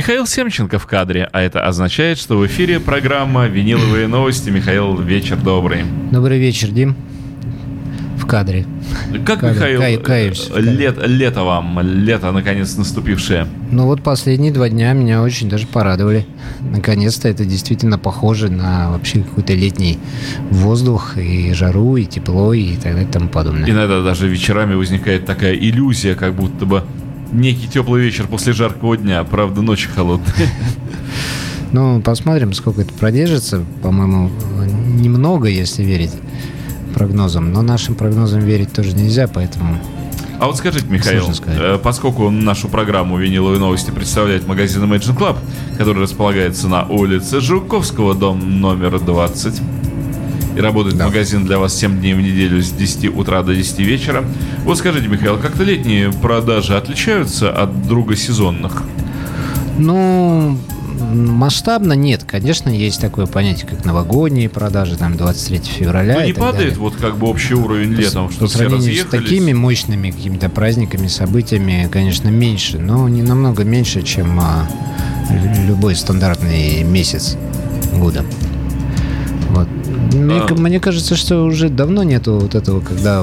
Михаил Семченко в кадре, а это означает, что в эфире программа «Виниловые новости». Михаил, вечер добрый. Добрый вечер, Дим. В кадре. Как, Михаил, лето вам, лето наконец наступившее? Ну вот последние 2 дня меня очень даже порадовали. Наконец-то это действительно похоже на вообще какой-то летний воздух, и жару, и тепло, и так далее, и тому подобное. Иногда даже вечерами возникает такая иллюзия, как будто бы некий теплый вечер после жаркого дня, правда, ночь холодная. Ну, посмотрим, сколько это продержится. По-моему, немного, если верить прогнозам. Но нашим прогнозам верить тоже нельзя, поэтому... А вот скажите, Михаил, поскольку нашу программу «Виниловые новости» представляет магазин Imagine Club, который располагается на улице Жуковского, дом номер 20, и работает магазин для вас 7 дней в неделю с 10 утра до 10 вечера. Вот скажите, Михаил, как-то летние продажи отличаются от друга сезонных? Ну, масштабно нет. Конечно, есть такое понятие, как новогодние продажи, там, 23 февраля. Но не падает вот как бы общий уровень летом, что все разъехались? С такими мощными какими-то праздниками, событиями, конечно, меньше, но не намного меньше, чем любой стандартный месяц года. Вот. Мне кажется, что уже давно нету вот этого, когда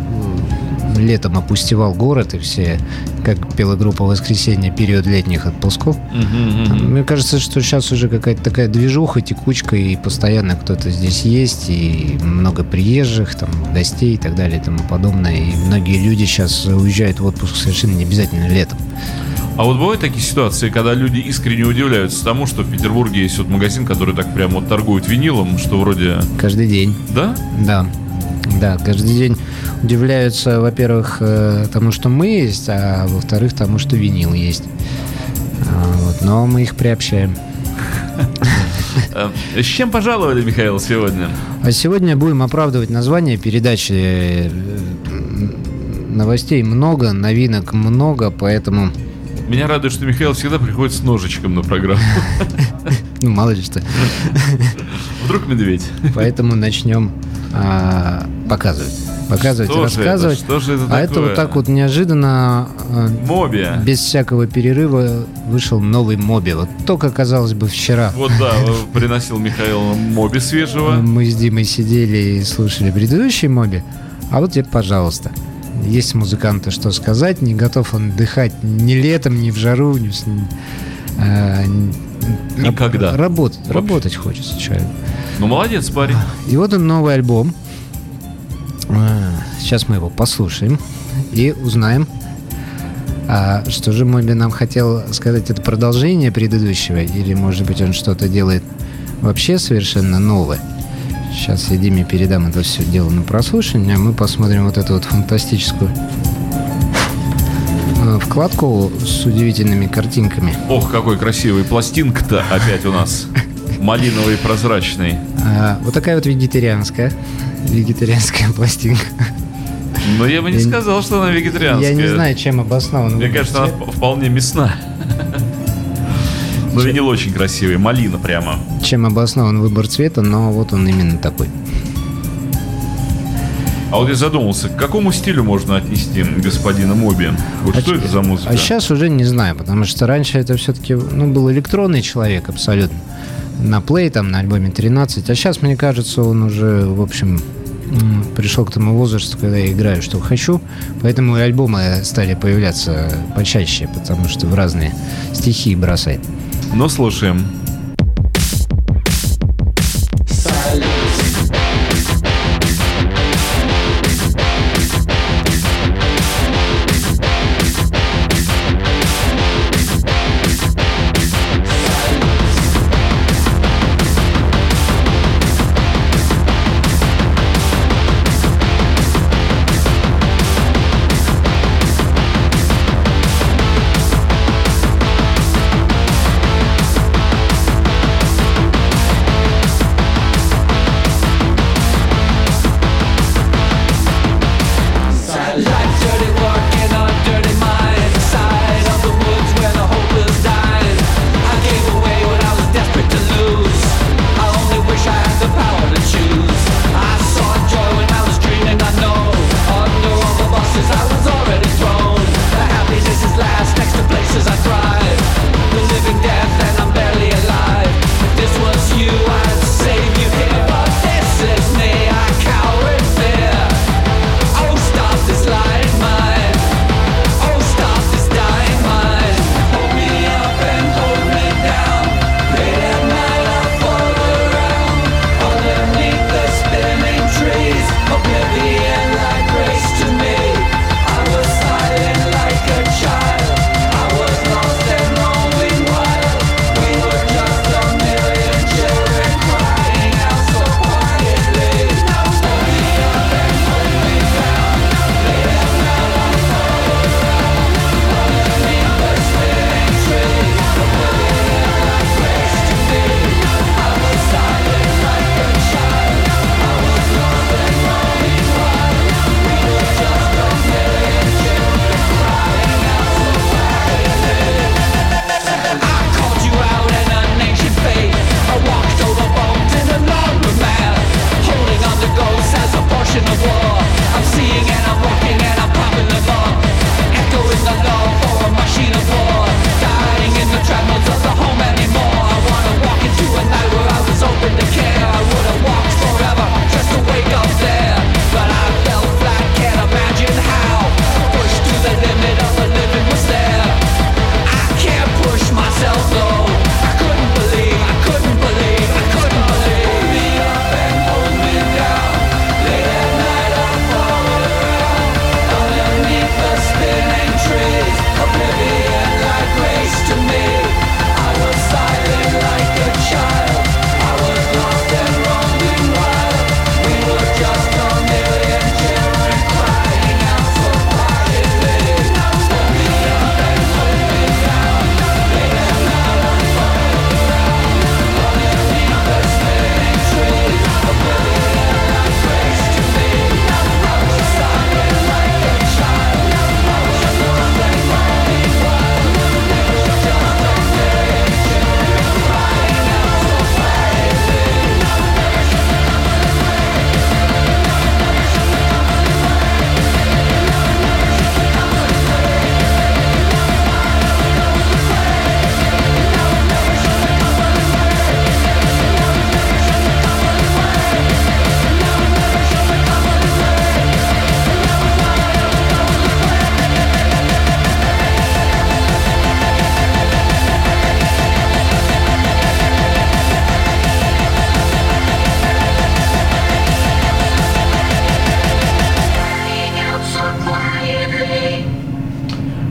летом опустевал город, и все, как пела группа «Воскресенье», период летних отпусков. Мне кажется, что сейчас уже какая-то такая движуха, текучка, и постоянно кто-то здесь есть, и много приезжих, там, гостей и так далее и тому подобное. И многие люди сейчас уезжают в отпуск совершенно не обязательно летом. А вот бывают такие ситуации, когда люди искренне удивляются тому, что в Петербурге есть вот магазин, который так прямо вот торгует винилом, что вроде... Каждый день. Да? Да, каждый день удивляются, во-первых, тому, что мы есть, а во-вторых, тому, что винил есть. Вот, но мы их приобщаем. С чем пожаловали, Михаил, сегодня? А сегодня будем оправдывать название передачи. Новостей много, новинок много, поэтому... Меня радует, что Михаил всегда приходит с ножичком на программу. Ну, мало ли что. Вдруг медведь. Поэтому начнем показывать, рассказывать. Что же это такое? А это вот так вот неожиданно, Моби. без всякого перерыва вышел новый Моби. Вот только, казалось бы, вчера. Вот да, приносил Михаил Моби свежего. Мы с Димой сидели и слушали предыдущий Моби. А вот тебе, пожалуйста. Есть музыканты, что сказать. Не готов он дыхать ни летом, ни в жару, ни никогда. Работать хочется человеку. Ну, молодец, парень. И вот он, новый альбом. Сейчас мы его послушаем и узнаем, что же Моби нам хотел сказать. Это продолжение предыдущего, или, может быть, он что-то делает вообще совершенно новое. Сейчас я Диме передам это все дело на прослушивание, а мы посмотрим вот эту вот фантастическую вкладку с удивительными картинками. Ох, какой красивый пластинка-то опять у нас. Малиновый, прозрачный. Вот такая вот вегетарианская пластинка. Но я бы не сказал, что она вегетарианская. Я не знаю, чем обоснован. Мне кажется, она вполне мясная. Но винил очень красивый, малина прямо. Чем обоснован выбор цвета, но вот он именно такой. А вот я задумался, к какому стилю можно отнести господина Моби? Вот что это за музыка? А сейчас уже не знаю, потому что раньше это все-таки был электронный человек абсолютно. На Play, там, на альбоме 13. А сейчас, мне кажется, он уже, в общем, пришел к тому возрасту, когда я играю, что хочу. Поэтому и альбомы стали появляться почаще, потому что в разные стихии бросает. Но слушаем.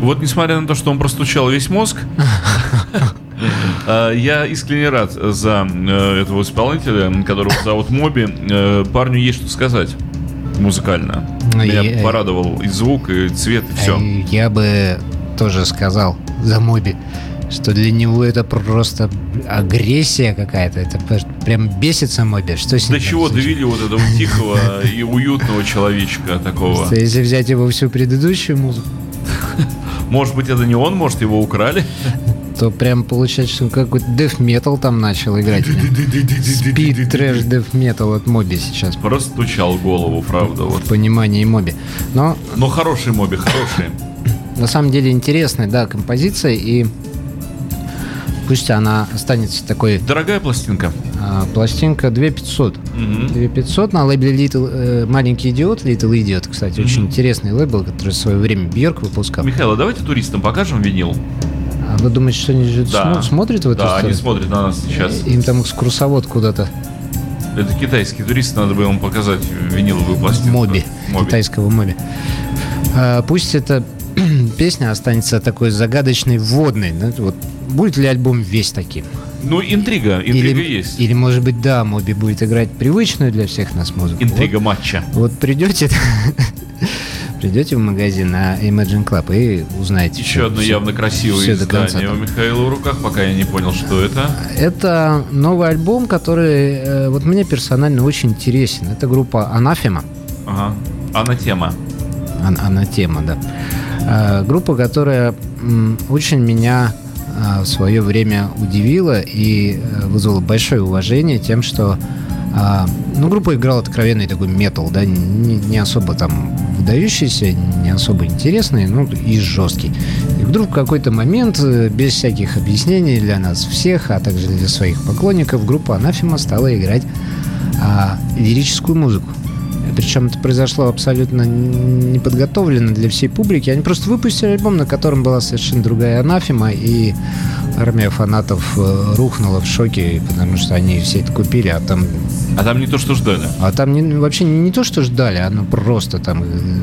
Вот несмотря на то, что он простучал весь мозг, я искренне рад за этого исполнителя, которого зовут Моби. Парню есть что сказать музыкально. Меня порадовал и звук, и цвет, и все. Я бы тоже сказал за Моби, что для него это просто агрессия какая-то. Это прям бесится Моби. Что с ним? До чего довели вот этого тихого и уютного человечка такого? Что, если взять его всю предыдущую музыку, может быть, это не он, может, его украли? То прям получается, что какой-то деф-метал там начал играть. Спид, трэш, деф-метал от Моби сейчас. Просто стучал голову, правда. В понимании Моби. Но хороший Моби, хороший. На самом деле интересная, да, композиция. И пусть она останется такой... Дорогая пластинка. Пластинка 2500. 2500 на лейбле «Маленький идиот». Little Idiot, кстати, очень интересный лейбл, который в свое время Бьорк выпускал. Михаил, давайте туристам покажем винил. А вы думаете, что они смотрят в эту сторону? Да, они смотрят на нас сейчас. Им там экскурсовод куда-то. Это китайский турист, надо бы ему показать виниловую пластинку. Моби. Китайского Моби. Пусть эта песня останется такой загадочной, вводной. Вот будет ли альбом весь таким? Ну, интрига есть. Или, может быть, да, Моби будет играть привычную для всех нас музыку. Интрига матча. Вот придете в магазин на Imagine Club и узнаете. Еще одно явно красивое издание у Михаила в руках, пока я не понял, что это. Это новый альбом, который вот мне персонально очень интересен. Это группа Анафема. Ага. Анатема. Анатема, да. Группа, которая очень меня в свое время удивила и вызвала большое уважение тем, что группа играла откровенный такой метал, да, не особо там выдающийся, не особо интересный, и жесткий. И вдруг в какой-то момент, без всяких объяснений для нас всех, а также для своих поклонников, группа Анафема стала играть лирическую музыку. Причем это произошло абсолютно неподготовленно для всей публики. Они просто выпустили альбом, на котором была совершенно другая Анафема, и армия фанатов рухнула в шоке, потому что они все это купили, а там... А там не то, что ждали. А там вообще не то, что ждали, оно просто там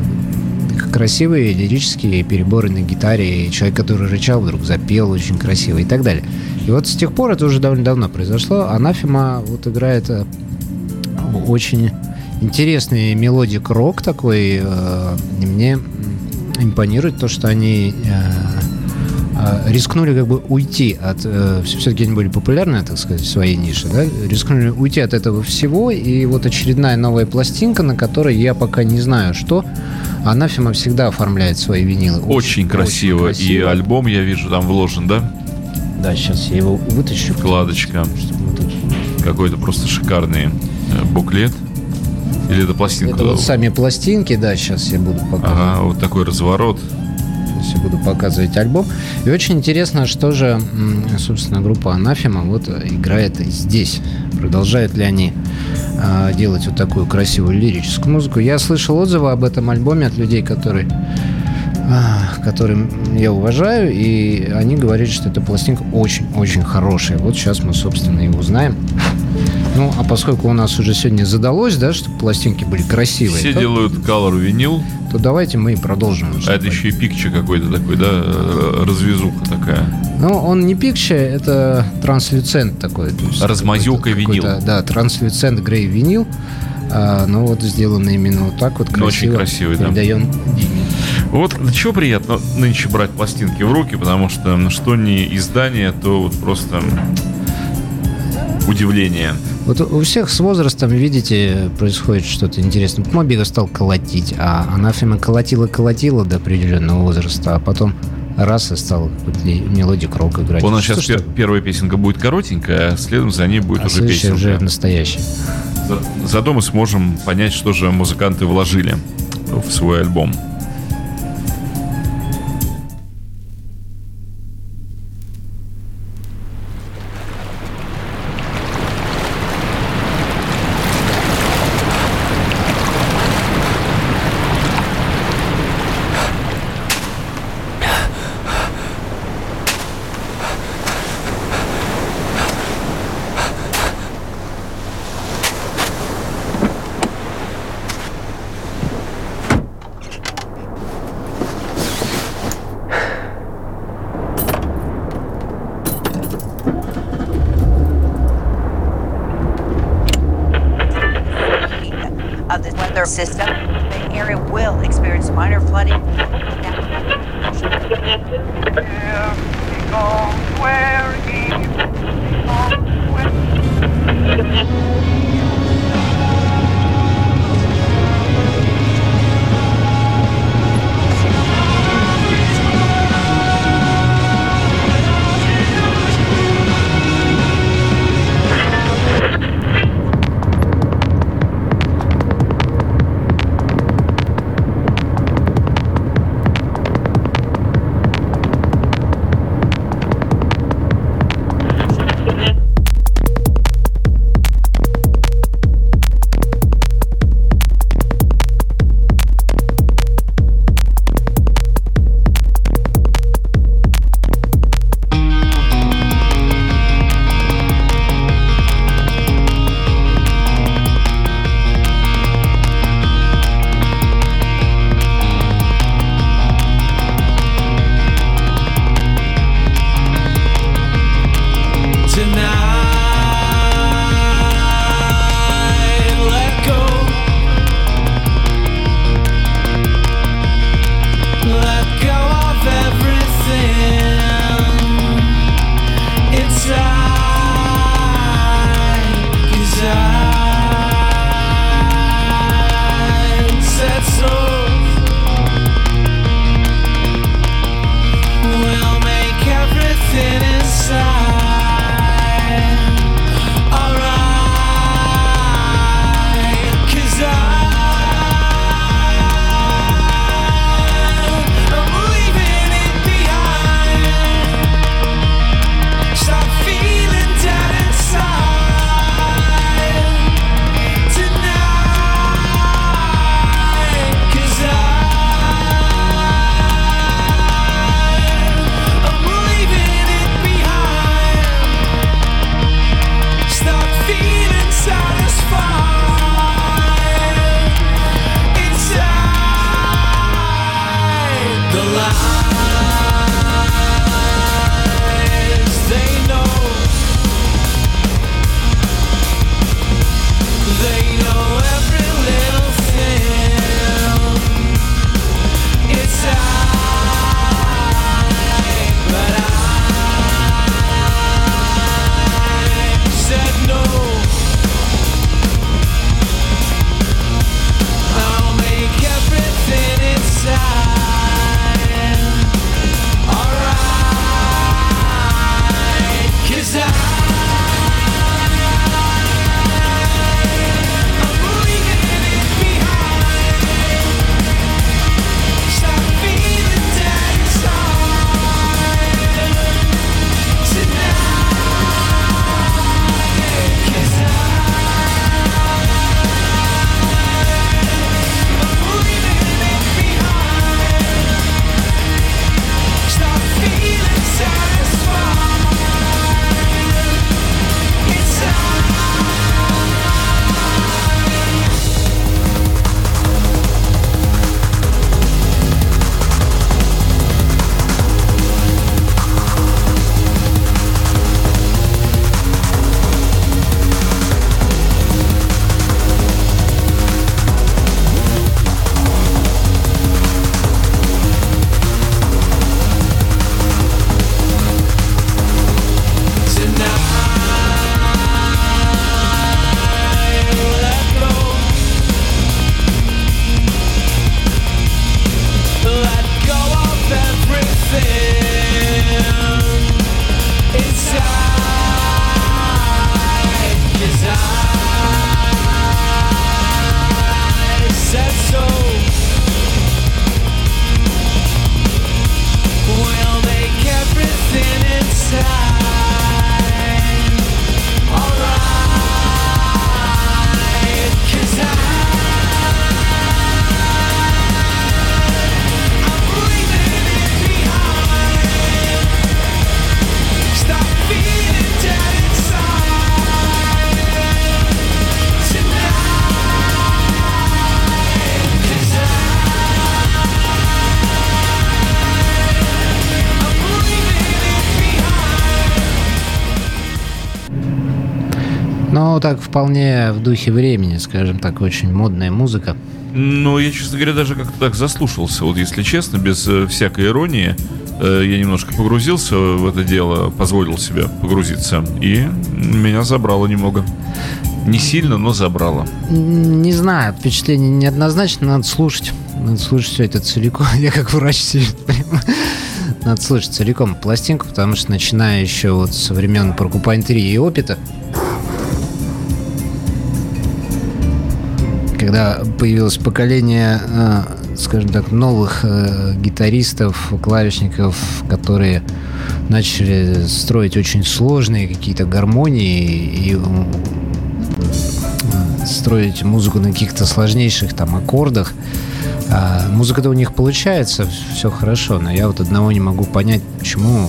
красивые лирические переборы на гитаре, и человек, который рычал, вдруг запел очень красиво и так далее. И вот с тех пор, это уже довольно давно произошло, Анафема вот играет очень... интересный мелодик рок такой. И мне импонирует то, что они рискнули как бы уйти от... Все-таки они были популярны, так сказать, в своей нише, да? Рискнули уйти от этого всего. И вот очередная новая пластинка, на которой я пока не знаю, что. Анафема всегда оформляет свои винилы. Очень красиво. И альбом, я вижу, там вложен, да? Да, сейчас я его вытащу. Вкладочка. Какой-то просто шикарный буклет. Или это пластинка? Это вот сами пластинки, да, сейчас я буду показывать. Ага, вот такой разворот. Сейчас я буду показывать альбом. И очень интересно, что же, собственно, группа Анафема вот играет здесь. Продолжают ли они делать вот такую красивую лирическую музыку? Я слышал отзывы об этом альбоме от людей, которым я уважаю, и они говорят, что эта пластинка очень-очень хорошая. Вот сейчас мы, собственно, и узнаем. А поскольку у нас уже сегодня задалось, да, чтобы пластинки были красивые. Все делают color винил. То давайте мы и продолжим. А это еще и пикче какой-то такой, да, развязуха такая. Он не пикче, это транслюцент такой. Размазюка винил. Да, транслюцент грей винил. Вот сделано именно вот так вот красиво. Очень красивый, да. Вот до чего приятно нынче брать пластинки в руки, потому что не издание, то вот просто удивление. Вот у всех с возрастом, видите, происходит что-то интересное. Моби стал колотить, а Анафема колотила до определенного возраста, а потом раз и стал мелодик рок играть. У нас сейчас первая песенка будет коротенькая, а следом за ней будет уже песенка. Уже настоящая. Зато мы сможем понять, что же музыканты вложили в свой альбом. of the weather system. The area will experience minor flooding. так вполне в духе времени, скажем так, очень модная музыка. Ну, я, честно говоря, даже как-то так заслушался. Вот если честно, без всякой иронии, я немножко погрузился в это дело, позволил себе погрузиться, и меня забрало немного. Не сильно, но забрало. Не знаю, впечатление неоднозначно, надо слушать. Надо слушать все это целиком. Я как врач сидит прямо. Надо слушать целиком пластинку, потому что начиная еще вот со времен Porcupine Tree и Опита, когда появилось поколение, скажем так, новых гитаристов, клавишников, которые начали строить очень сложные какие-то гармонии и строить музыку на каких-то сложнейших там аккордах. Музыка-то у них получается, все хорошо, но я вот одного не могу понять, почему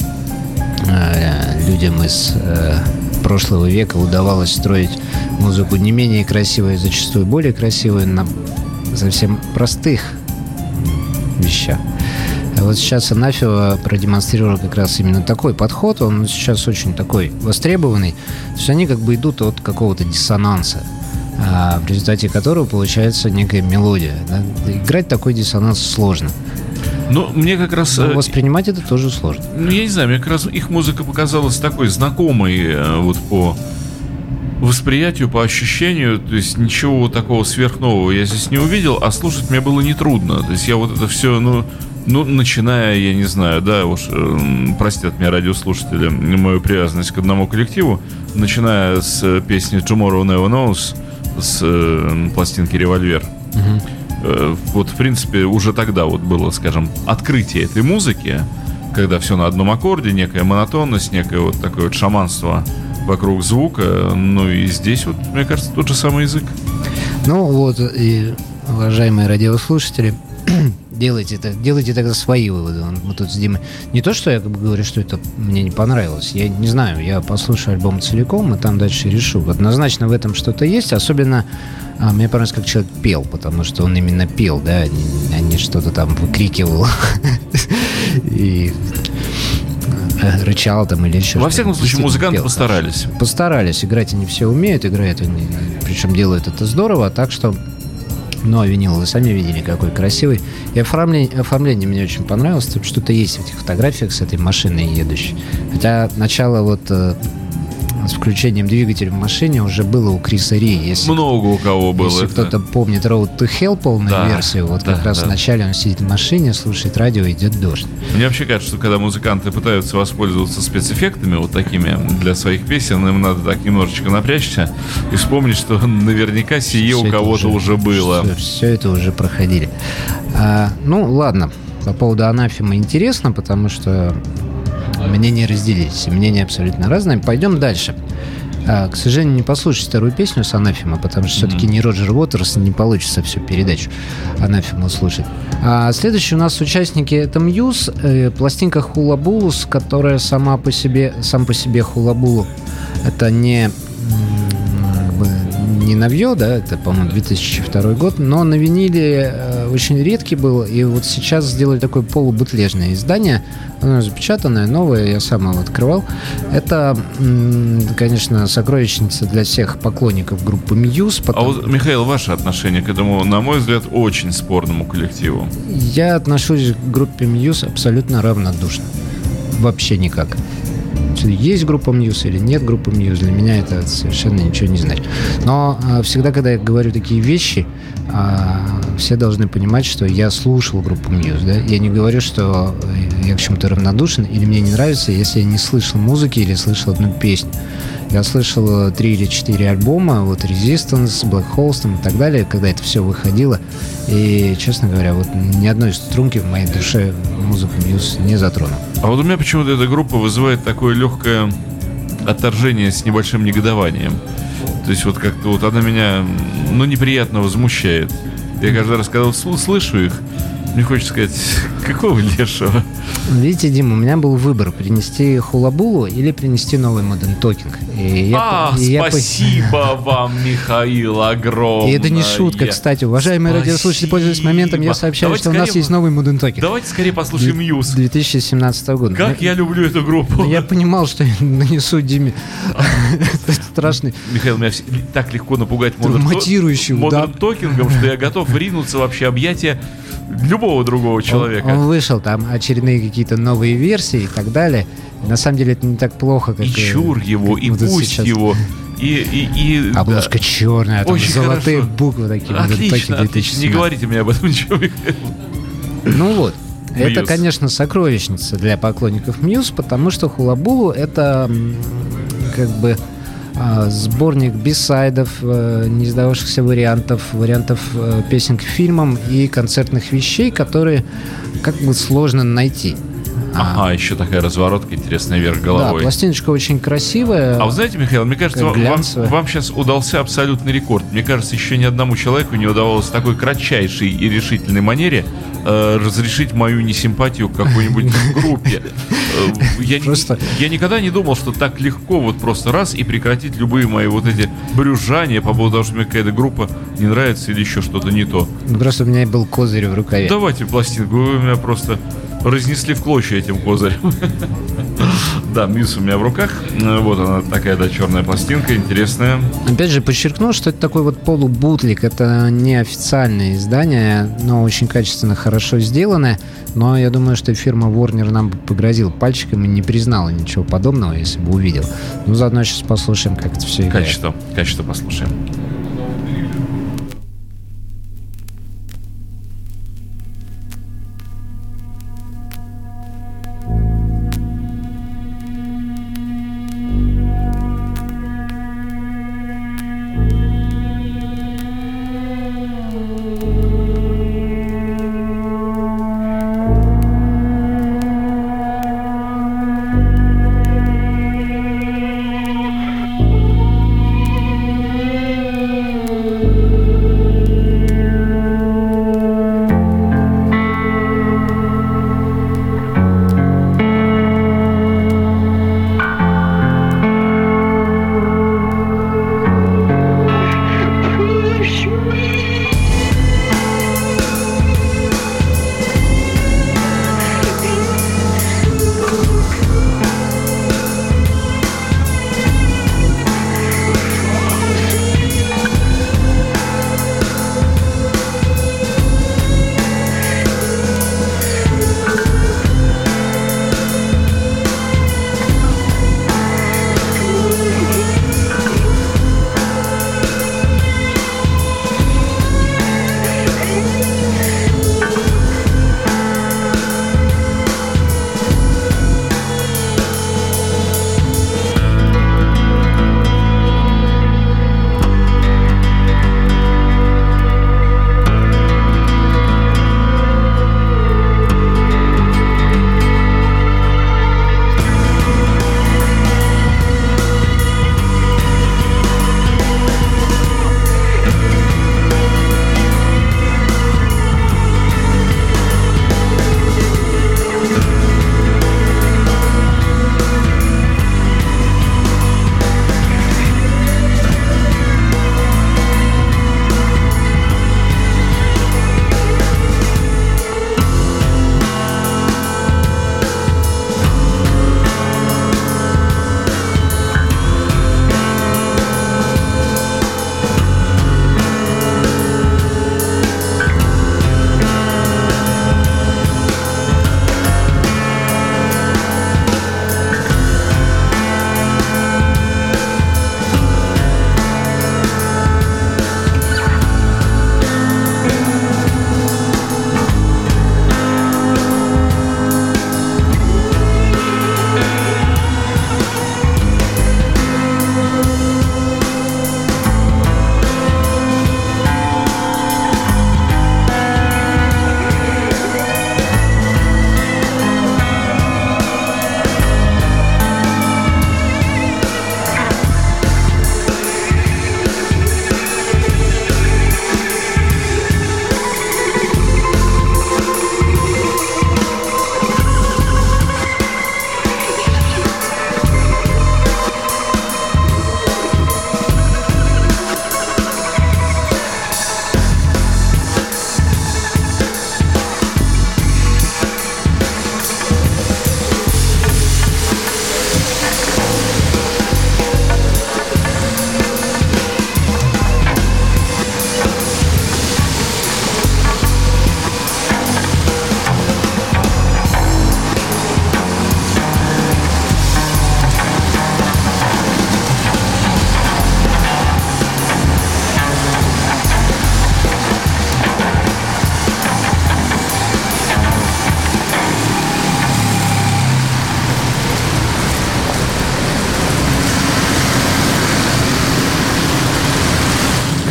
людям из прошлого века удавалось строить музыку не менее красивую, зачастую более красивую на совсем простых вещах. А вот сейчас Анафема продемонстрировал как раз именно такой подход, он сейчас очень такой востребованный, то есть они как бы идут от какого-то диссонанса, в результате которого получается некая мелодия. Да? Играть такой диссонанс сложно. Ну, мне как раз... Но воспринимать это тоже сложно. Ну, я не знаю, мне как раз их музыка показалась такой знакомой вот по восприятию, по ощущению. То есть ничего такого сверхнового я здесь не увидел, а слушать мне было нетрудно. То есть я вот это все, ну, начиная, я не знаю, да, уж простят меня радиослушатели мою привязанность к одному коллективу, начиная с песни Tomorrow Never Knows, с пластинки «Револьвер». Вот, в принципе, уже тогда вот было, скажем, открытие этой музыки, когда все на одном аккорде, некая монотонность, некое вот такое вот шаманство вокруг звука. Ну и здесь вот, мне кажется, тот же самый язык. Ну вот, и, уважаемые радиослушатели, делайте тогда свои выводы. Мы тут с Димой... Не то, что я как бы говорю, что это мне не понравилось. Я не знаю, я послушаю альбом целиком, и там дальше решу. Однозначно в этом что-то есть. Особенно мне понравилось, как человек пел, потому что он именно пел, да, а не что-то там выкрикивал и рычал там или еще что-то. Во всяком случае, музыканты постарались. Постарались. Играть они все умеют, играют они, причем делают это здорово, так что... Ну, а винил вы сами видели, какой красивый. И оформление мне очень понравилось. Тут что-то есть в этих фотографиях с этой машиной едущей. Хотя начало вот с включением двигателя в машине уже было у Криса Ри. Если, много у кого было. Если кто-то помнит Road to Hell полную версию, вот как раз вначале он сидит в машине, слушает радио, идет дождь. Мне вообще кажется, что когда музыканты пытаются воспользоваться спецэффектами вот такими для своих песен, им надо так немножечко напрячься и вспомнить, что наверняка сие у кого-то уже было. Все это уже проходили. Ну, ладно. По поводу Анафемы интересно, потому что мнения разделились, мнения абсолютно разные. Пойдем дальше. К сожалению, не послушать вторую песню с Анафемы, потому что все-таки не Роджер Уотерс, не получится всю передачу Анафему слушать. Следующие у нас участники — это Мьюз, пластинка Хула Булус, которая сам по себе Хула Булу. Это не новье, да, это, по-моему, 2002 год, но на виниле очень редкий был, и вот сейчас сделали такое полубутлежное издание, оно запечатанное, новое, я сам его открывал. Это, конечно, сокровищница для всех поклонников группы Muse. А вот, Михаил, ваше отношение к этому, на мой взгляд, очень спорному коллективу? Я отношусь к группе Muse абсолютно равнодушно. Вообще никак. Есть группа Muse или нет группы Muse, для меня это совершенно ничего не значит. Но всегда, когда я говорю такие вещи, все должны понимать, что я слушал группу Muse. Да? Я не говорю, что я к чему-то равнодушен или мне не нравится, если я не слышал музыки или слышал одну песню. Я слышал 3 или 4 альбома, вот Resistance, Black Holes и так далее, когда это все выходило. И, честно говоря, вот ни одной струнки в моей душе музыку Muse не затронул. А вот у меня почему-то эта группа вызывает такое легкое отторжение с небольшим негодованием. То есть вот как-то вот она меня, неприятно возмущает. Я каждый раз, когда слышу их, Мне хочется сказать, какого лешего? Видите, Дима, у меня был выбор: принести хулабулу или принести новый Modern Talking. Спасибо вам, Михаил, огромное. И это не шутка, кстати. Уважаемые радиослушатели, пользуясь моментом, я сообщаю, что у нас есть новый Modern Talking. Давайте скорее послушаем Мьюз. 2017 года. Как я люблю эту группу. Я понимал, что я нанесу Диме страшный... Михаил, меня так легко напугать Modern Talking'ом, что я готов ринуться вообще объятия любого другого человека. Он вышел, там очередные какие-то новые версии и так далее. На самом деле это не так плохо, как... И чур его, и пусть сейчас. Его. Обложка черная, там очень золотые хорошо. Буквы такие. Отлично, отлично. Не говорите мне об этом ничего, Михаил. Ну вот. Muse. Это, конечно, сокровищница для поклонников Muse, потому что Хулабулу — это как бы сборник бисайдов, не издававшихся вариантов песен к фильмам и концертных вещей, которые как бы сложно найти. Ага, еще такая разворотка интересная вверх головой. Да, пластиночка очень красивая. А вы знаете, Михаил, мне кажется, вам сейчас удался абсолютный рекорд. Мне кажется, еще ни одному человеку не удавалось в такой кратчайшей и решительной манере разрешить мою несимпатию к какой-нибудь группе. Я никогда не думал, что так легко вот просто раз и прекратить любые мои вот эти брюзжания по поводу того, что мне какая-то группа не нравится или еще что-то не то. Просто у меня был козырь в рукаве. Давайте пластинку, вы меня просто разнесли в клочья этим козырем. Да, Muse у меня в руках. Вот она такая, да, черная пластинка, интересная. Опять же, подчеркну, что это такой вот полубутлик. Это не официальное издание, но очень качественно, хорошо сделанное. Но я думаю, что фирма Warner нам бы погрозила пальчиком и не признала ничего подобного, если бы увидел. Ну, заодно сейчас послушаем, как это все играет. Качество послушаем.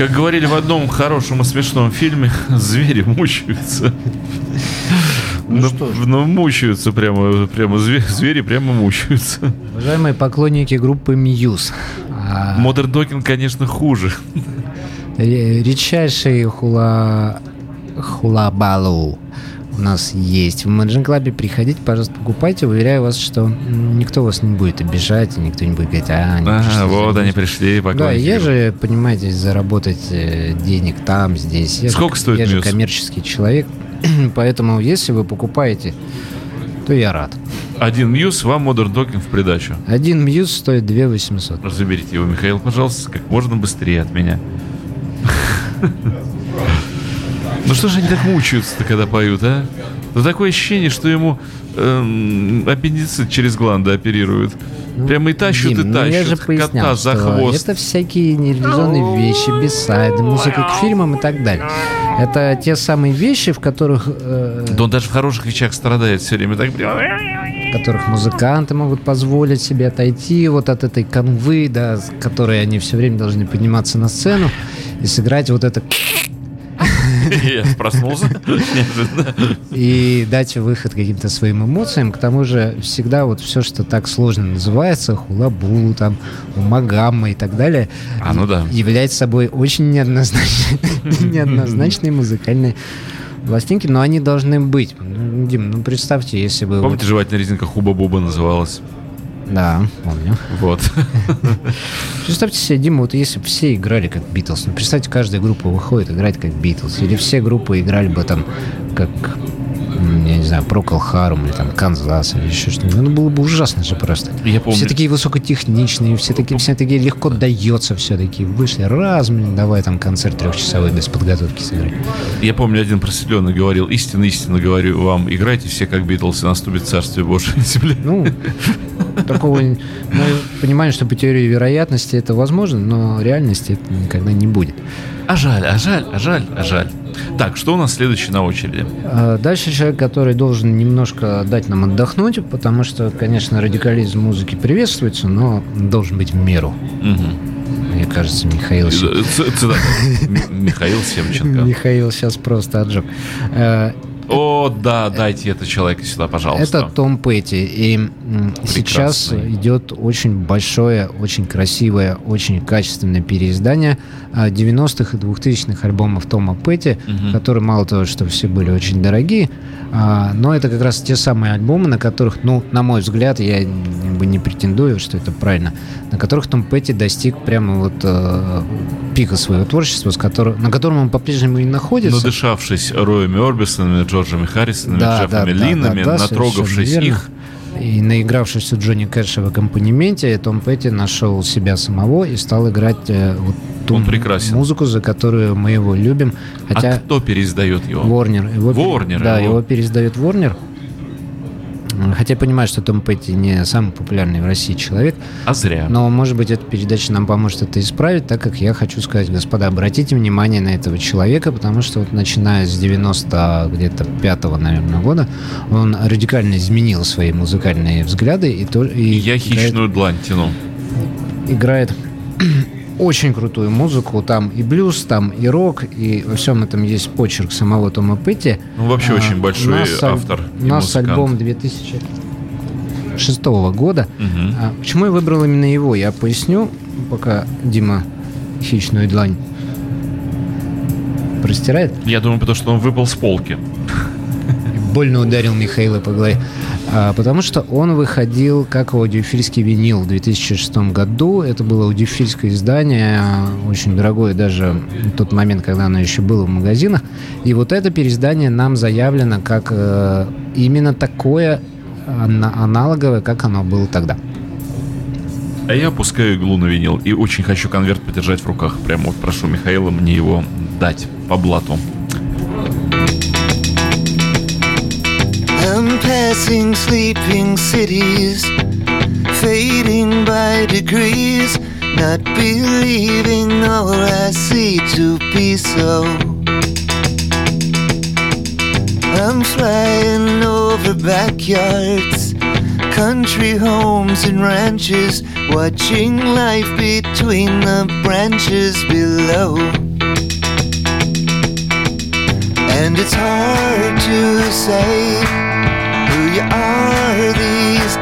Как говорили в одном хорошем и смешном фильме, звери мучаются. Ну, мучаются прямо звери прямо мучаются. Уважаемые поклонники группы Muse. Modern Talking, конечно, хуже. Редчайший хулабалу у нас есть в Imagine Club. Приходите, пожалуйста, покупайте. Уверяю вас, что никто вас не будет обижать, и никто не будет говорить, вот они пришли, поклонники. Да, я же, понимаете, заработать денег там, здесь. Сколько стоит Muse? Я же коммерческий человек, поэтому если вы покупаете, то я рад. Один Muse, вам Modern Talking в придачу. Один Muse стоит 2 800. Заберите его, Михаил, пожалуйста, как можно быстрее от меня. Ну что же они так мучаются-то, когда поют, а? Ну такое ощущение, что ему аппендицит через гланды оперируют. Прямо и тащут, Дим, и тащут. Я же пояснял, кота за хвост. Это всякие неревизионные вещи, бисайды, музыка к фильмам и так далее. Это те самые вещи, в которых... Да он даже в хороших вещах страдает все время. Так... В которых музыканты могут позволить себе отойти вот от этой канвы, да, с которой они все время должны подниматься на сцену и сыграть вот это... Я проснулся. И дать выход каким-то своим эмоциям. К тому же всегда вот все, что так сложно называется, хулабулу, там, умагамма и так далее, ну да, является собой очень неоднозначные музыкальные пластинки, но они должны быть. Дим, представьте, если бы... Помните, жевательная резинка Хуба-Буба называлась? Да, помню. Вот. Представьте себе, Дима, вот если бы все играли как Битлз, представьте, каждая группа выходит играть как Битлз, или все группы играли бы там как, я не знаю, Procol Harum, или там Канзас, или еще что-нибудь. Ну, было бы ужасно же просто. Я помню. Все такие высокотехничные, все такие легко дается все-таки. Вышли раз, давай там концерт 3-часовой без подготовки сыграть. Я помню, один просветленный говорил: истинно говорю вам, играйте все как Битлз, и наступит царствие Божие на земле. Ну, такого... Мы понимаем, что по теории вероятности это возможно, но реальности это никогда не будет. А жаль. Так, что у нас следующее на очереди? Дальше человек, который должен немножко дать нам отдохнуть, потому что, конечно, радикализм музыки приветствуется, но должен быть в меру. Мне кажется, Михаил... Михаил Семченко. Михаил сейчас просто отжег. О, да, дайте этого человека сюда, пожалуйста. Это Том Петти. И сейчас идет очень большое, очень красивое, очень качественное переиздание 90-х и 2000-х альбомов Тома Петти, которые, мало того, что все были очень дорогие, но это как раз те самые альбомы, на которых, ну, на мой взгляд, я не претендую, что это правильно, на которых Том Петти достиг прямо вот пика своего творчества, на котором он по-прежнему и находится. Надышавшись Роями Орбисонами, Джорджами Харрисонами, Джеффами Линнами, натрогавшись их. И наигравшись у Джонни Кэша в аккомпанементе, Том Петти нашел себя самого и стал играть вот ту музыку, за которую мы его любим. Хотя кто переиздает его? Warner. Его переиздает Warner. Хотя я понимаю, что Том Петти не самый популярный в России человек. А зря. Но, может быть, эта передача нам поможет это исправить, так как я хочу сказать, господа, обратите внимание на этого человека, потому что вот начиная с 95-го, наверное, года, он радикально изменил свои музыкальные взгляды. Я хищную длань тяну. Играет очень крутую музыку, там и блюз, там и рок, и во всем этом есть почерк самого Тома Петти. Ну, вообще очень большой автор и у нас музыкант. Альбом 2006 года. Почему я выбрал именно его, я поясню, пока Дима хищную длань простирает. Я думаю, потому что он выпал с полки. Больно ударил Михаила по голове. Потому что он выходил как аудиофильский винил в 2006 году. Это было аудиофильское издание, очень дорогое даже в тот момент, когда оно еще было в магазинах. И вот это переиздание нам заявлено как именно такое аналоговое, как оно было тогда. А я опускаю иглу на винил и очень хочу конверт подержать в руках. Прямо вот прошу Михаила мне его дать по блату. I'm passing sleeping cities, fading by degrees, not believing all I see to be so. I'm flying over backyards, country homes and ranches, watching life between the branches below.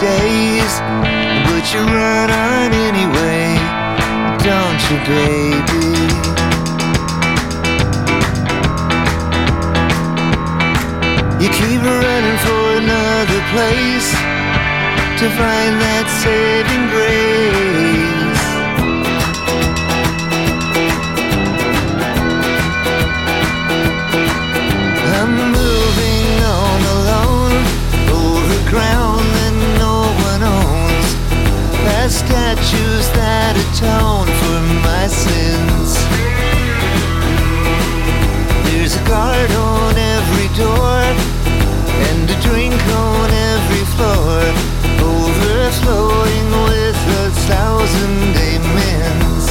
days, but you run on anyway, don't you, baby? You keep running for another place to find that saving grace. I'm moving on alone over ground that no one owns, past statues that atone for my sins. There's a guard on every door and a drink on every floor, overflowing with 1,000 amens.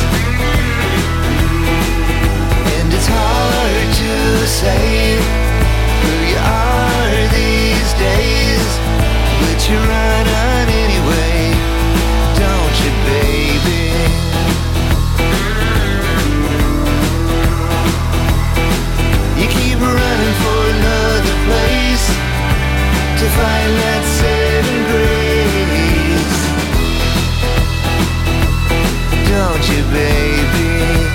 And it's hard to say who you are these days, but you run on anyway, don't you, baby? You keep running for another place to find that saving grace, don't you, baby?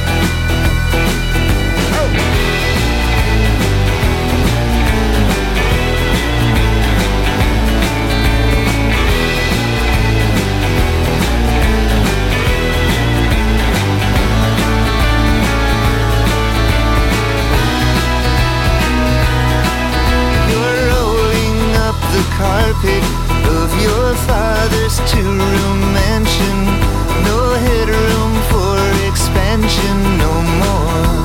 Carpet of your father's two-room mansion, no headroom for expansion no more.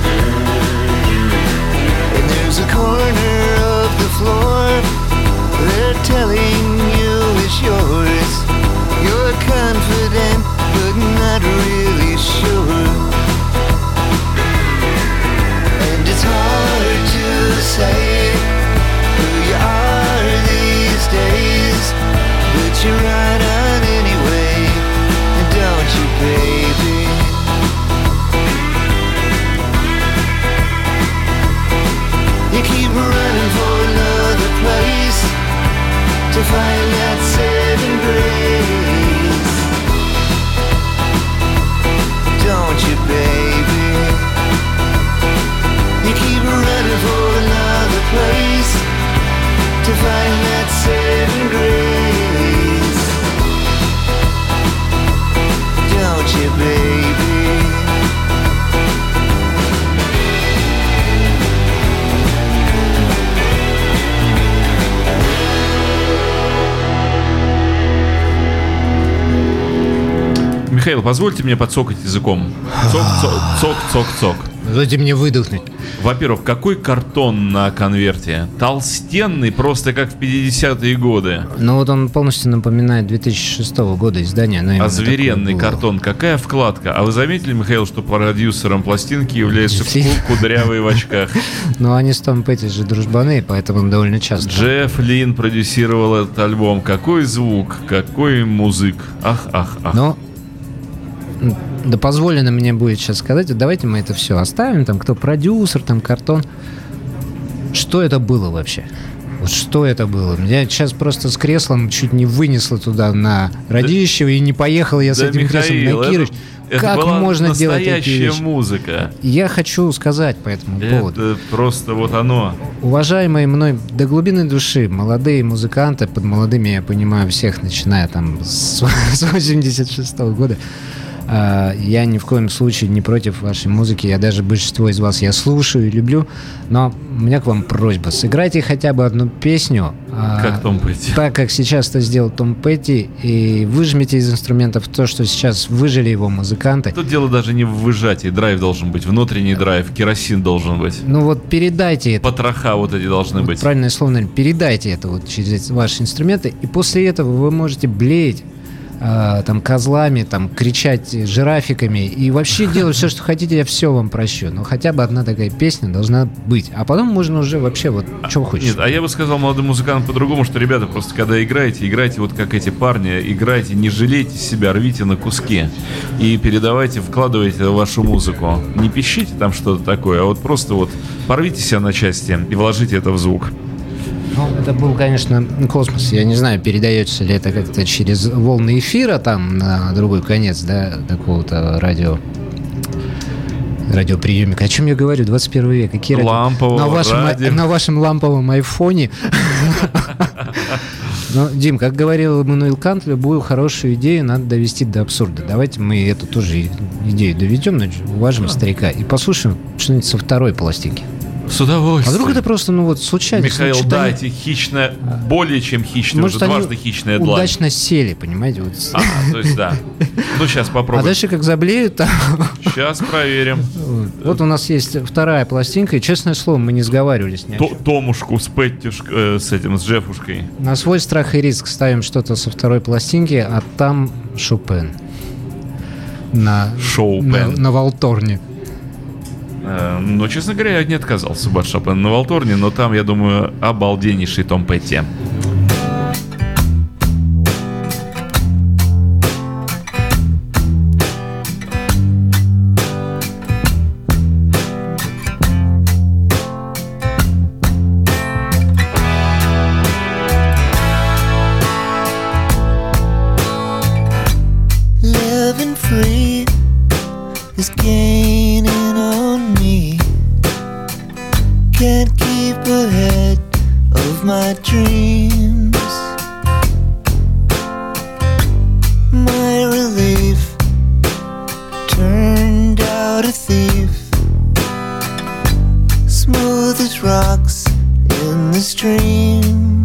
And there's a corner of the floor they're telling you is yours. You're confident but not really sure, and it's hard to say who you are these days, but you run on anyway, don't you, baby? You keep running for another place to find that saving grace, don't you, baby? You keep running for another place to find that saving grace, don't you, baby? Михаил, позвольте мне подсокать языком. Цок-цок-цок-цок-цок. Дайте мне выдохнуть. Во-первых, какой картон на конверте? Толстенный, просто как в 50-е годы. Ну вот он полностью напоминает 2006 года издание. Озверенный картон. Какая вкладка? А вы заметили, Михаил, что продюсером пластинки является кудрявый в очках? Ну они с Том Петти же дружбаны, поэтому довольно часто. Джефф Лин продюсировал этот альбом. Какой звук, какой музык. Ах. Ну, да позволено мне будет сейчас сказать, давайте мы это все оставим, там, кто продюсер, там, картон. Что это было вообще? Вот что это было? Меня сейчас просто с креслом чуть не вынесло туда на Радищева, и не поехал я с этим креслом на Кирыч. Это как была можно делать такие вещи? Музыка. Я хочу сказать по этому поводу. Это просто вот оно. Уважаемые мной до глубины души молодые музыканты, под молодыми я понимаю всех, начиная там с 86-го года, я ни в коем случае не против вашей музыки. Я даже большинство из вас я слушаю и люблю. Но у меня к вам просьба. Сыграйте хотя бы одну песню. Как Том Петти. Так, как сейчас это сделал Том Петти. И выжмите из инструментов то, что сейчас выжили его музыканты. Тут дело даже не в выжатии. Драйв должен быть. Внутренний драйв. Керосин должен быть. Ну вот передайте это. Потроха вот эти должны быть. Правильное слово, наверное. Передайте это вот через ваши инструменты. И после этого вы можете блеять там козлами, там кричать жирафиками и вообще делать все, что хотите, я все вам прощу. Но хотя бы одна такая песня должна быть. А потом можно уже вообще вот что хочешь. Нет, а я бы сказал молодым музыкантам по-другому, что, ребята, просто когда играйте вот как эти парни, играйте, не жалейте себя, рвите на куски и передавайте, вкладывайте в вашу музыку. Не пищите там что-то такое, а вот просто вот порвите себя на части и вложите это в звук. Ну, это был, конечно, космос. Я не знаю, передается ли это как-то через волны эфира там на другой конец, да, какого-то радиоприемника. О чем я говорю? 21 век. Какие радио? На вашем ламповом айфоне. Но, Дим, как говорил Иммануил Кант, любую хорошую идею надо довести до абсурда. Давайте мы эту тоже идею доведем, уважим старика и послушаем что-нибудь со второй пластинки. С удовольствием. А вдруг это просто, случайно? Михаил, дайте хищное, более чем хищное, может, уже дважды хищное длань. Удачно сели, понимаете? Вот. То есть, да. Ну, сейчас попробуем. А дальше как заблеют там... Сейчас проверим. Вот у нас есть вторая пластинка, и, честное слово, мы не сговаривались. Томушку с Петтюшкой, с Джеффушкой. На свой страх и риск ставим что-то со второй пластинки, а там Шопен. На Волторне. Но, честно говоря, я не отказался бы от Шопена на Волторне, но там, я думаю, обалденнейший Том Петти. Living free is gaining on me. Can't keep ahead of my dreams. My relief turned out a thief. Smooth as rocks in the stream.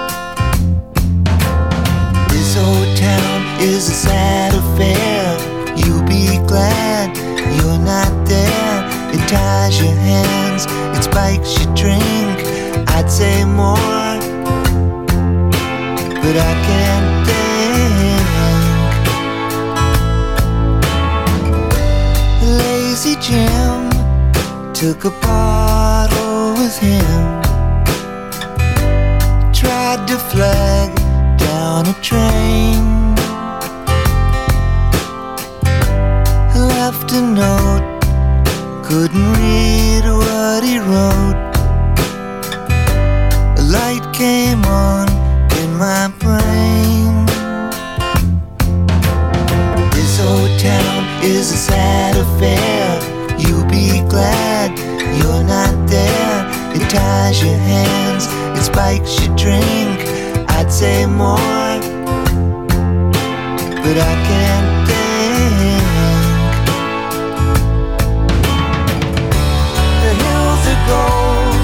This old town is a sad affair. You be glad you're not there. It ties your hands, it spikes your drink. I'd say more, but I can't think. Lazy Jim took a bottle with him. Tried to flag down a train. Left a note, couldn't read what he wrote. A light came on in my brain. This old town is a sad affair. You be glad you're not there. It ties your hands, it spikes your drink. I'd say more, but I can't think. Gold.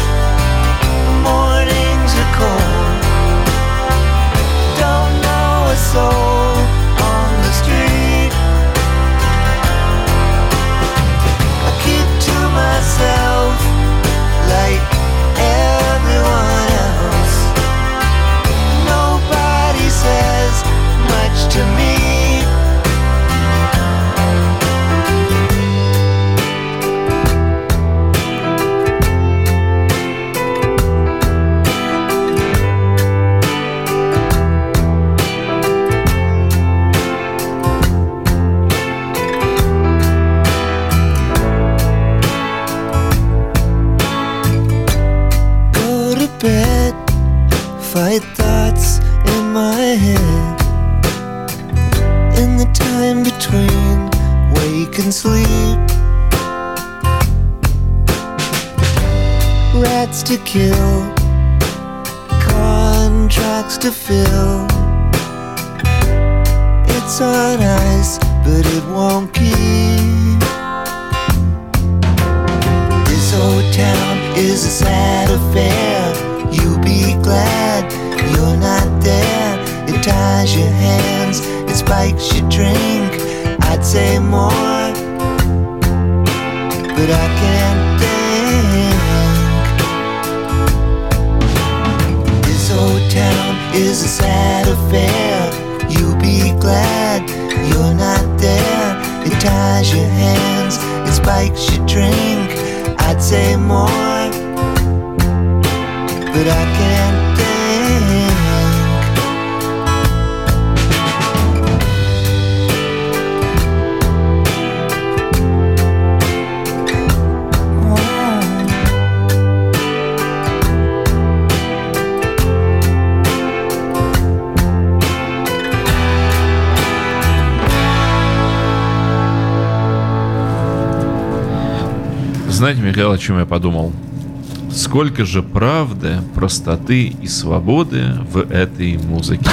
Mornings are cold. Don't know a soul on the street. I keep to myself like everyone else. Nobody says much to me. Bed, fight thoughts in my head. In the time between wake and sleep, rats to kill, contracts to fill. It's on ice, but it won't keep. This old town is a sad affair. You be glad you're not there. It ties your hands, it spikes your drink. I'd say more, but I can't think. This old town is a sad affair. You be glad you're not there. It ties your hands, it spikes your drink. I'd say more, but I can't think. Знаете, Михаил, о чем я подумал? Сколько же правды, простоты и свободы в этой музыке.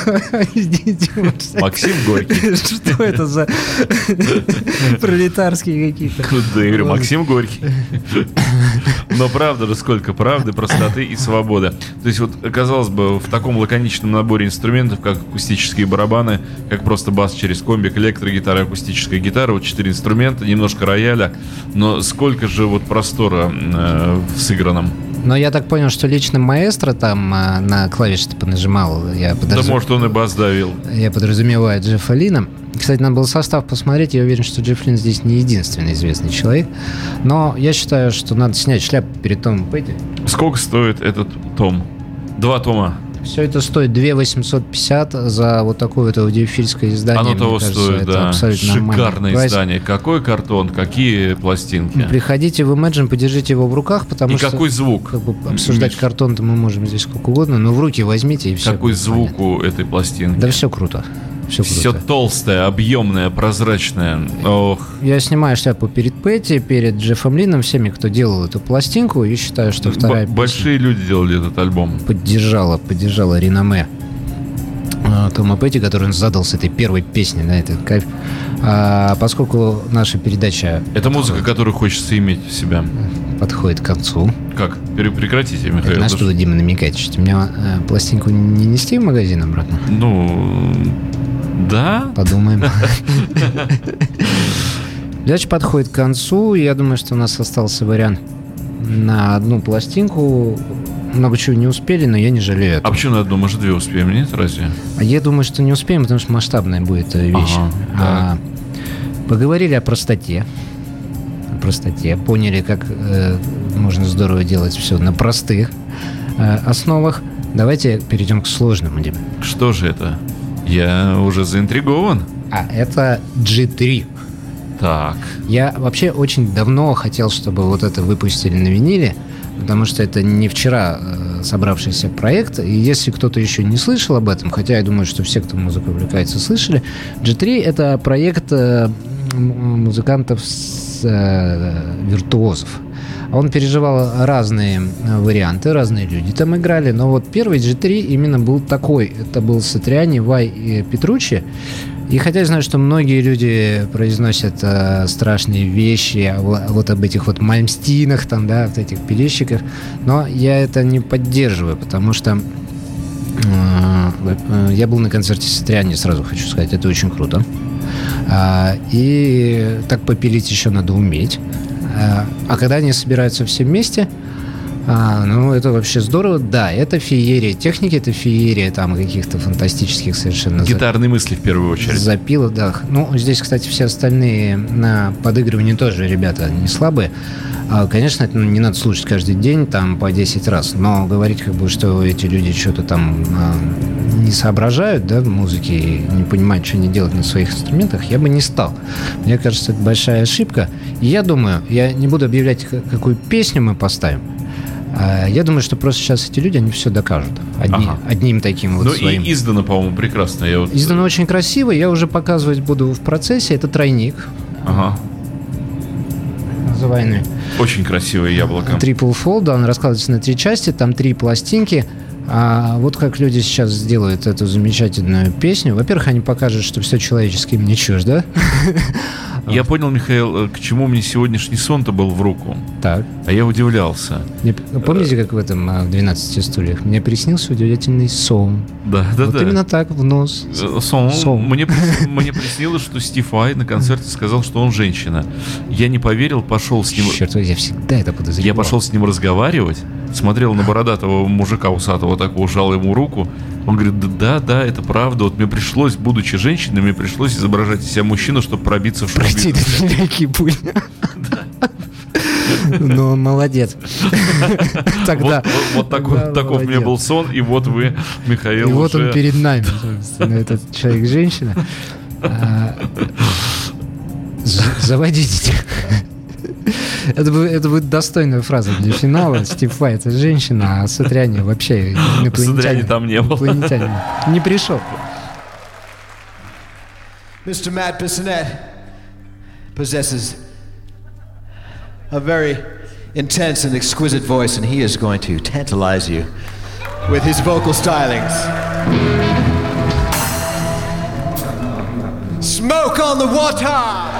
Максим Горький. Что это за пролетарские какие-то? Да, я говорю, Максим Горький. Но правда же, сколько правды, простоты и свободы. То есть вот, казалось бы, в таком лаконичном наборе инструментов, как акустические барабаны, как просто бас через комбик, электрогитара, акустическая гитара, вот 4 инструмента, немножко рояля, но сколько же вот простора в сыгранном. Но я так понял, что лично маэстро там на клавиши понажимал. Да, может, он и бас давил. Я подразумеваю Джеффа Лина. Кстати, надо было состав посмотреть. Я уверен, что Джефф Лин здесь не единственный известный человек. Но я считаю, что надо снять шляпу перед Томом Петти. Сколько стоит этот том? 2 тома. Все это стоит 2 850 за вот такое вот аудиофильское издание. Оно того кажется, стоит, да. Шикарное классик. издание. Какой картон, какие пластинки. Приходите в Imagine, подержите его в руках, потому что... И какой звук? Как бы обсуждать картон-то мы можем здесь сколько угодно, но в руки возьмите и все. Какой звук у этой пластинки? Да все круто. Все толстое, объемное, прозрачное. Ох. Я снимаю шляпу перед Петти, перед Джеффом Лином, всеми, кто делал эту пластинку, и считаю, что вторая песня большие люди делали этот альбом. Поддержала реноме Тома Петти, который он задал с этой первой песней на этот кайф. Поскольку наша передача... Это музыка, которую хочется иметь в себя. Подходит к концу. Как? Прекратите, Михаил. Это на что Дима намекает? Что меня пластинку не нести в магазин обратно? Ну... Да? Подумаем. Передача подходит к концу. Я думаю, что у нас остался вариант на одну пластинку. Много чего не успели, но я не жалею. А почему на одну? Может, 2 успеем, нет? Разве? А я думаю, что не успеем, потому что масштабная будет вещь. Поговорили о простоте. Поняли, как можно здорово делать все на простых основах. Давайте перейдем к сложному, Дим. Что же это? Я уже заинтригован. Это G3. Так. Я вообще очень давно хотел, чтобы вот это выпустили на виниле, потому что это не вчера собравшийся проект. И если кто-то еще не слышал об этом, хотя я думаю, что все, кто музыкой увлекается, слышали, G3 — это проект музыкантов-виртуозов. Он переживал разные варианты, разные люди там играли, но вот первый G3 именно был такой. Это был Сатриани, Вай и Петруччи. И хотя я знаю, что многие люди произносят страшные вещи вот об этих вот Мальмстинах, там, да, вот этих пилищиках, но я это не поддерживаю, потому что я был на концерте Сатриани, сразу хочу сказать, это очень круто. И так попилить еще надо уметь. А когда они собираются все вместе, ну, это вообще здорово. Да, это феерия техники, это феерия там каких-то фантастических совершенно... Гитарные мысли в первую очередь. Запилов, да. Ну, здесь, кстати, все остальные на подыгрывании тоже ребята не слабые. Конечно, это не надо слушать каждый день, там, по 10 раз, но говорить, как бы, что эти люди что-то там не соображают, да, в музыке, и не понимают, что они делают на своих инструментах, я бы не стал. Мне кажется, это большая ошибка. И я думаю, я не буду объявлять, какую песню мы поставим. Я думаю, что просто сейчас эти люди, они все докажут. Одним таким вот своим. Ну и издано, по-моему, прекрасно. Издано очень красиво. Я уже показывать буду в процессе. Это тройник. Называемый. Очень красивое яблоко. Triple Fold, да, он раскладывается на 3 части, там 3 пластинки. Вот как люди сейчас сделают эту замечательную песню. Во-первых, они покажут, что все человеческое им не чуждо. Я понял, Михаил, к чему мне сегодняшний сон-то был в руку. Так. А я удивлялся. Помните, как в этом в 12 стульях? Мне приснился удивительный сон. Да. Именно так, в нос. Сон. Мне приснилось, что Стив Vai на концерте сказал, что он женщина. Я не поверил, пошел с ним... Черт, я всегда это подозревал. Я пошел с ним разговаривать, смотрел на бородатого мужика усатого, такого, жал ему руку. Он говорит, да, это правда. Вот мне пришлось, будучи женщиной, мне пришлось изображать из себя мужчину, чтобы пробиться в шоу-бизнес. Ну, молодец. Тогда. Вот таков мне был сон, и вот вы, Михаил, и вот он перед нами, собственно, этот человек-женщина. Заводите. Это будет достойная фраза для финала. Стив Vai — это женщина, а Сатриани вообще инопланетянин. Сатриани там не был. Не пришел. Mr. Matt Bissonette possesses a very intense and exquisite voice, and he is going to tantalize you with his vocal stylings. Smoke on the water!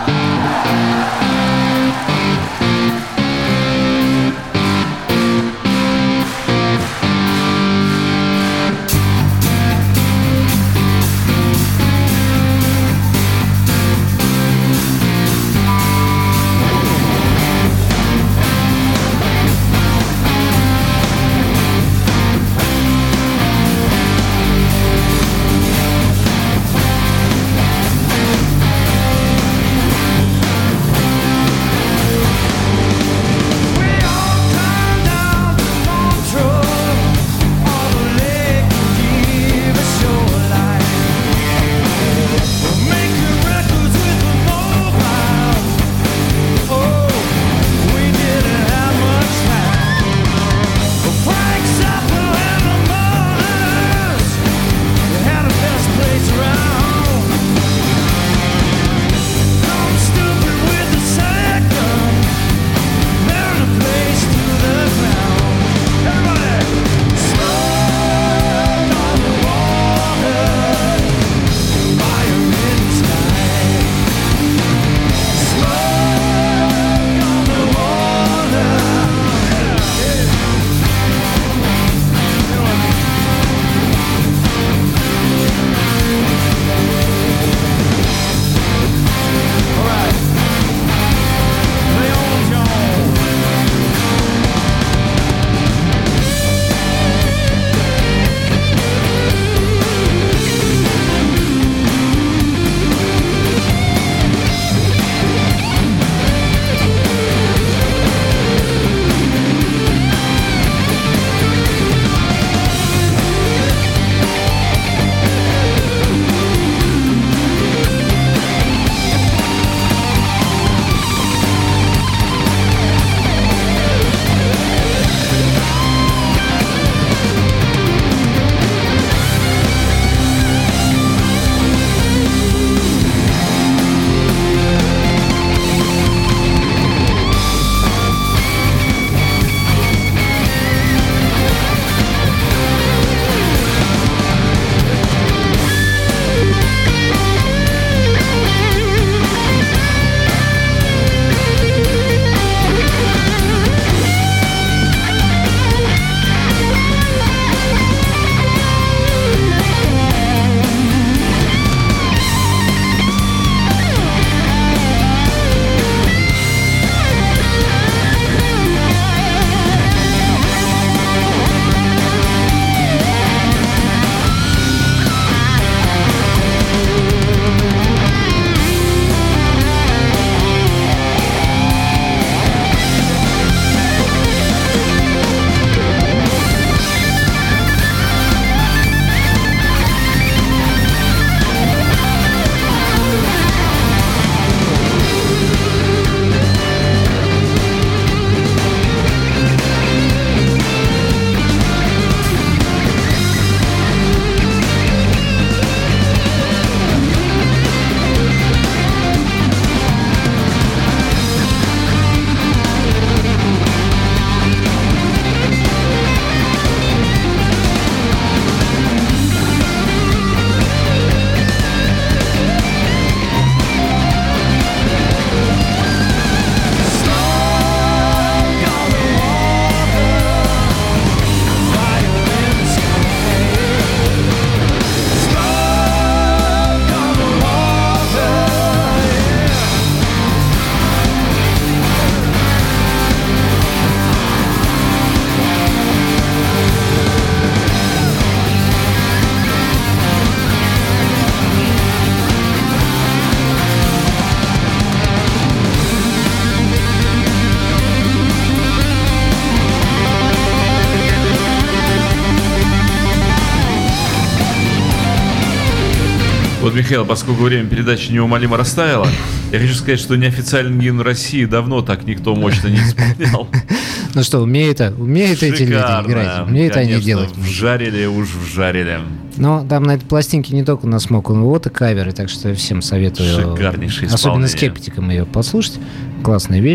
Вот, Михаил, поскольку время передачи неумолимо растаяло, я хочу сказать, что неофициальный гимн России давно так никто мощно не исполнял. Ну что, умеют эти люди играть, умеют они делать. Вжарили уж вжарили. Но там на этой пластинке не только у нас Smoke on the Water каверы, так что всем советую, шикарнейшее особенно исполнение. скептикам, ее послушать. Классная вещь.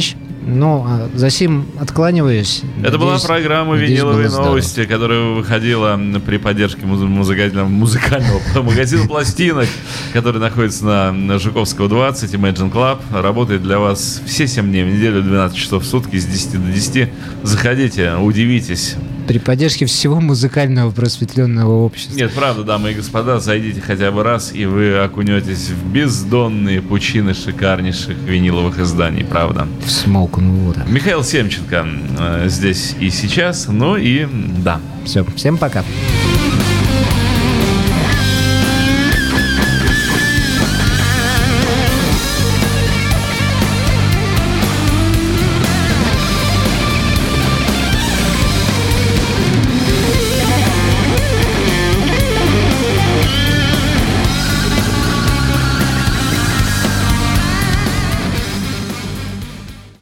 Ну, а за сим откланиваюсь. Это была программа «Виниловые новости», которая выходила при поддержке музыкального магазина пластинок, который находится на Жуковского 20, Imagine Club. Работает для вас все 7 дней в неделю, 12 часов в сутки, с 10 до 10. Заходите, удивитесь. При поддержке всего музыкального просветленного общества. Нет, правда, дамы и господа, зайдите хотя бы раз, и вы окунетесь в бездонные пучины шикарнейших виниловых изданий, правда. В Smoke and Water. Михаил Семченко здесь и сейчас, ну и да. Все, всем пока.